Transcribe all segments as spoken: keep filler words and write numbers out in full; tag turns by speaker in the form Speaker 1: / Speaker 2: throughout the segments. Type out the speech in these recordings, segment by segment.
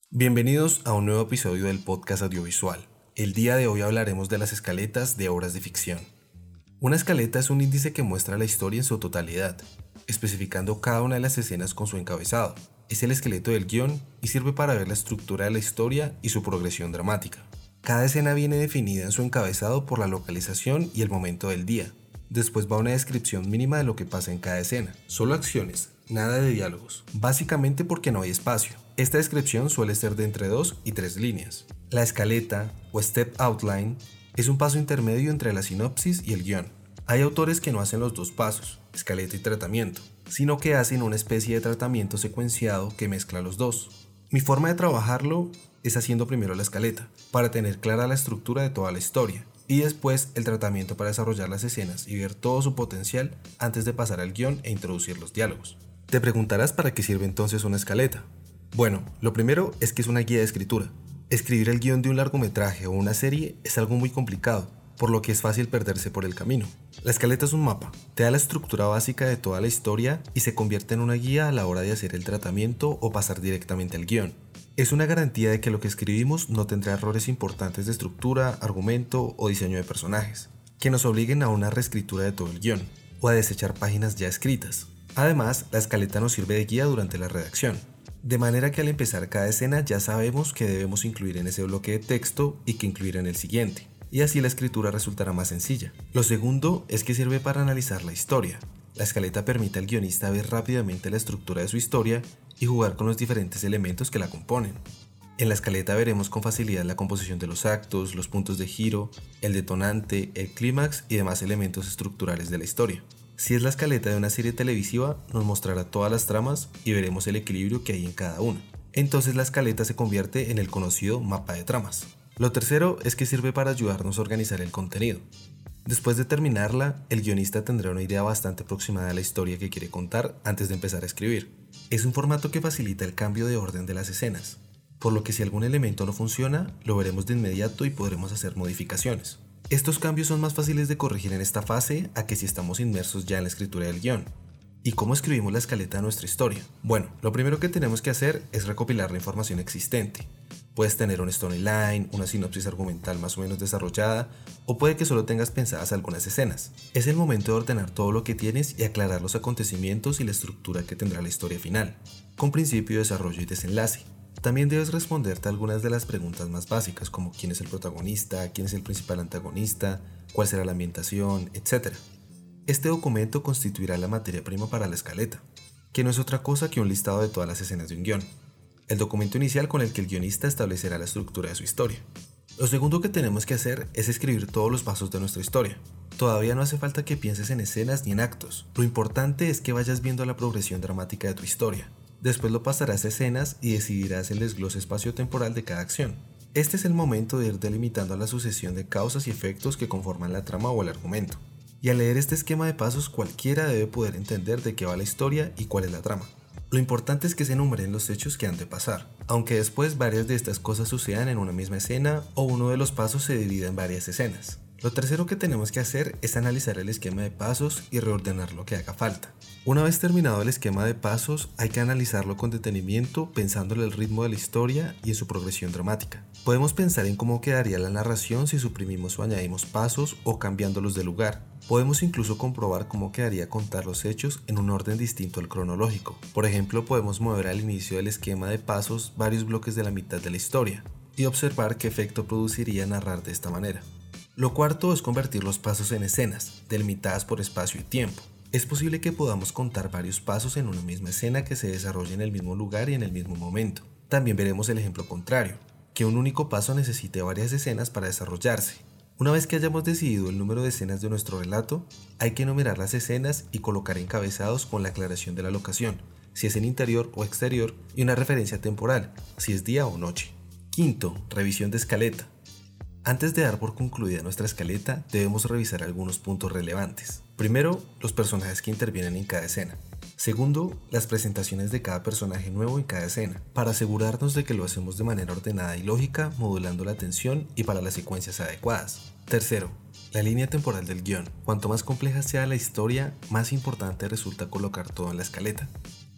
Speaker 1: Bienvenidos a un nuevo episodio del podcast audiovisual. El día de hoy hablaremos de las escaletas de obras de ficción. Una escaleta es un índice que muestra la historia en su totalidad, especificando cada una de las escenas con su encabezado. Es el esqueleto del guión y sirve para ver la estructura de la historia y su progresión dramática. Cada escena viene definida en su encabezado por la localización y el momento del día. Después va una descripción mínima de lo que pasa en cada escena. Solo acciones, nada de diálogos, básicamente porque no hay espacio. Esta descripción suele ser de entre dos y tres líneas. La escaleta, o step outline, es un paso intermedio entre la sinopsis y el guión. Hay autores que no hacen los dos pasos, escaleta y tratamiento, sino que hacen una especie de tratamiento secuenciado que mezcla los dos. Mi forma de trabajarlo es haciendo primero la escaleta, para tener clara la estructura de toda la historia, y después el tratamiento para desarrollar las escenas y ver todo su potencial antes de pasar al guión e introducir los diálogos. Te preguntarás para qué sirve entonces una escaleta. Bueno, lo primero es que es una guía de escritura. Escribir el guión de un largometraje o una serie es algo muy complicado, por lo que es fácil perderse por el camino. La escaleta es un mapa, te da la estructura básica de toda la historia y se convierte en una guía a la hora de hacer el tratamiento o pasar directamente al guión. Es una garantía de que lo que escribimos no tendrá errores importantes de estructura, argumento o diseño de personajes, que nos obliguen a una reescritura de todo el guión, o a desechar páginas ya escritas. Además, la escaleta nos sirve de guía durante la redacción, de manera que al empezar cada escena ya sabemos qué debemos incluir en ese bloque de texto y qué incluir en el siguiente, y así la escritura resultará más sencilla. Lo segundo es que sirve para analizar la historia. La escaleta permite al guionista ver rápidamente la estructura de su historia y jugar con los diferentes elementos que la componen. En la escaleta veremos con facilidad la composición de los actos, los puntos de giro, el detonante, el clímax y demás elementos estructurales de la historia. Si es la escaleta de una serie televisiva, nos mostrará todas las tramas y veremos el equilibrio que hay en cada una. Entonces la escaleta se convierte en el conocido mapa de tramas. Lo tercero es que sirve para ayudarnos a organizar el contenido. Después de terminarla, el guionista tendrá una idea bastante aproximada de la historia que quiere contar antes de empezar a escribir. Es un formato que facilita el cambio de orden de las escenas, por lo que si algún elemento no funciona, lo veremos de inmediato y podremos hacer modificaciones. Estos cambios son más fáciles de corregir en esta fase a que si estamos inmersos ya en la escritura del guión. ¿Y cómo escribimos la escaleta de nuestra historia? Bueno, lo primero que tenemos que hacer es recopilar la información existente. Puedes tener un storyline, una sinopsis argumental más o menos desarrollada, o puede que solo tengas pensadas algunas escenas. Es el momento de ordenar todo lo que tienes y aclarar los acontecimientos y la estructura que tendrá la historia final, con principio, desarrollo y desenlace. También debes responderte algunas de las preguntas más básicas, como quién es el protagonista, quién es el principal antagonista, cuál será la ambientación, etcétera. Este documento constituirá la materia prima para la escaleta, que no es otra cosa que un listado de todas las escenas de un guión. El documento inicial con el que el guionista establecerá la estructura de su historia. Lo segundo que tenemos que hacer es escribir todos los pasos de nuestra historia. Todavía no hace falta que pienses en escenas ni en actos. Lo importante es que vayas viendo la progresión dramática de tu historia. Después lo pasarás a escenas y decidirás el desglose espacio-temporal de cada acción. Este es el momento de ir delimitando la sucesión de causas y efectos que conforman la trama o el argumento. Y al leer este esquema de pasos, cualquiera debe poder entender de qué va la historia y cuál es la trama. Lo importante es que se enumeren los hechos que han de pasar, aunque después varias de estas cosas sucedan en una misma escena o uno de los pasos se divida en varias escenas. Lo tercero que tenemos que hacer es analizar el esquema de pasos y reordenar lo que haga falta. Una vez terminado el esquema de pasos, hay que analizarlo con detenimiento pensando en el ritmo de la historia y en su progresión dramática. Podemos pensar en cómo quedaría la narración si suprimimos o añadimos pasos o cambiándolos de lugar. Podemos incluso comprobar cómo quedaría contar los hechos en un orden distinto al cronológico. Por ejemplo, podemos mover al inicio del esquema de pasos varios bloques de la mitad de la historia y observar qué efecto produciría narrar de esta manera. Lo cuarto es convertir los pasos en escenas, delimitadas por espacio y tiempo. Es posible que podamos contar varios pasos en una misma escena que se desarrolle en el mismo lugar y en el mismo momento. También veremos el ejemplo contrario, que un único paso necesite varias escenas para desarrollarse. Una vez que hayamos decidido el número de escenas de nuestro relato, hay que enumerar las escenas y colocar encabezados con la aclaración de la locación, si es en interior o exterior, y una referencia temporal, si es día o noche. Quinto, revisión de escaleta. Antes de dar por concluida nuestra escaleta, debemos revisar algunos puntos relevantes. Primero, los personajes que intervienen en cada escena. Segundo, las presentaciones de cada personaje nuevo en cada escena, para asegurarnos de que lo hacemos de manera ordenada y lógica, modulando la tensión y para las secuencias adecuadas. Tercero, la línea temporal del guión. Cuanto más compleja sea la historia, más importante resulta colocar todo en la escaleta.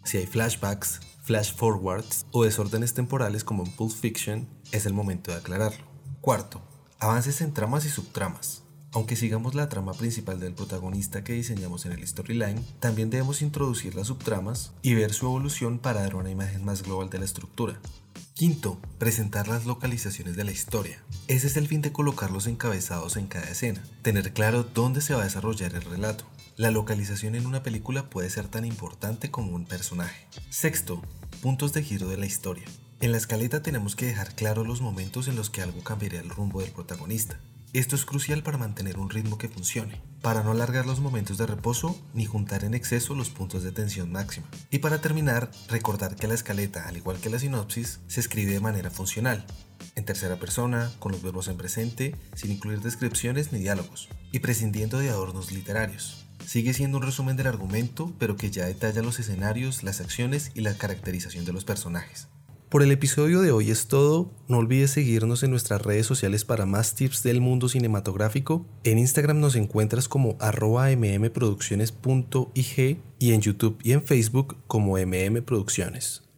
Speaker 1: Si hay flashbacks, flash forwards o desórdenes temporales como en Pulp Fiction, es el momento de aclararlo. Cuarto, avances en tramas y subtramas. Aunque sigamos la trama principal del protagonista que diseñamos en el storyline, también debemos introducir las subtramas y ver su evolución para dar una imagen más global de la estructura. Quinto, presentar las localizaciones de la historia. Ese es el fin de colocar los encabezados en cada escena, tener claro dónde se va a desarrollar el relato. La localización en una película puede ser tan importante como un personaje. Sexto, puntos de giro de la historia. En la escaleta tenemos que dejar claros los momentos en los que algo cambiaría el rumbo del protagonista. Esto es crucial para mantener un ritmo que funcione, para no alargar los momentos de reposo ni juntar en exceso los puntos de tensión máxima. Y para terminar, recordar que la escaleta, al igual que la sinopsis, se escribe de manera funcional, en tercera persona, con los verbos en presente, sin incluir descripciones ni diálogos, y prescindiendo de adornos literarios. Sigue siendo un resumen del argumento, pero que ya detalla los escenarios, las acciones y la caracterización de los personajes. Por el episodio de hoy es todo. No olvides seguirnos en nuestras redes sociales para más tips del mundo cinematográfico. En Instagram nos encuentras como arroba mmproducciones punto ig y en YouTube y en Facebook como mmproducciones.